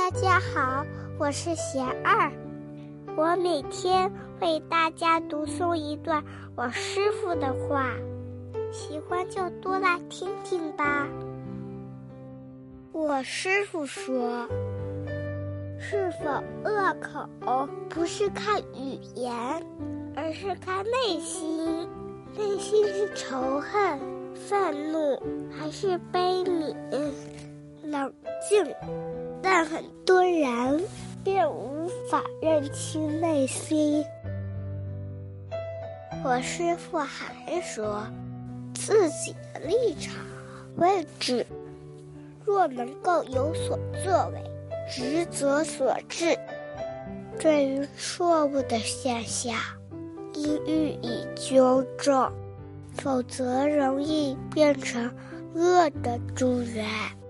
大家好，我是贤二，我每天为大家读诵一段我师父的话，喜欢就多来听听吧。我师父说，是否恶口不是看语言，而是看内心。内心是仇恨、愤怒还是悲悯、冷静？但很多人便无法认清内心。我师父还说，自己的立场、位置，若能够有所作为，职责所致，对于错误的现象，应予以纠正，否则容易变成恶的助缘。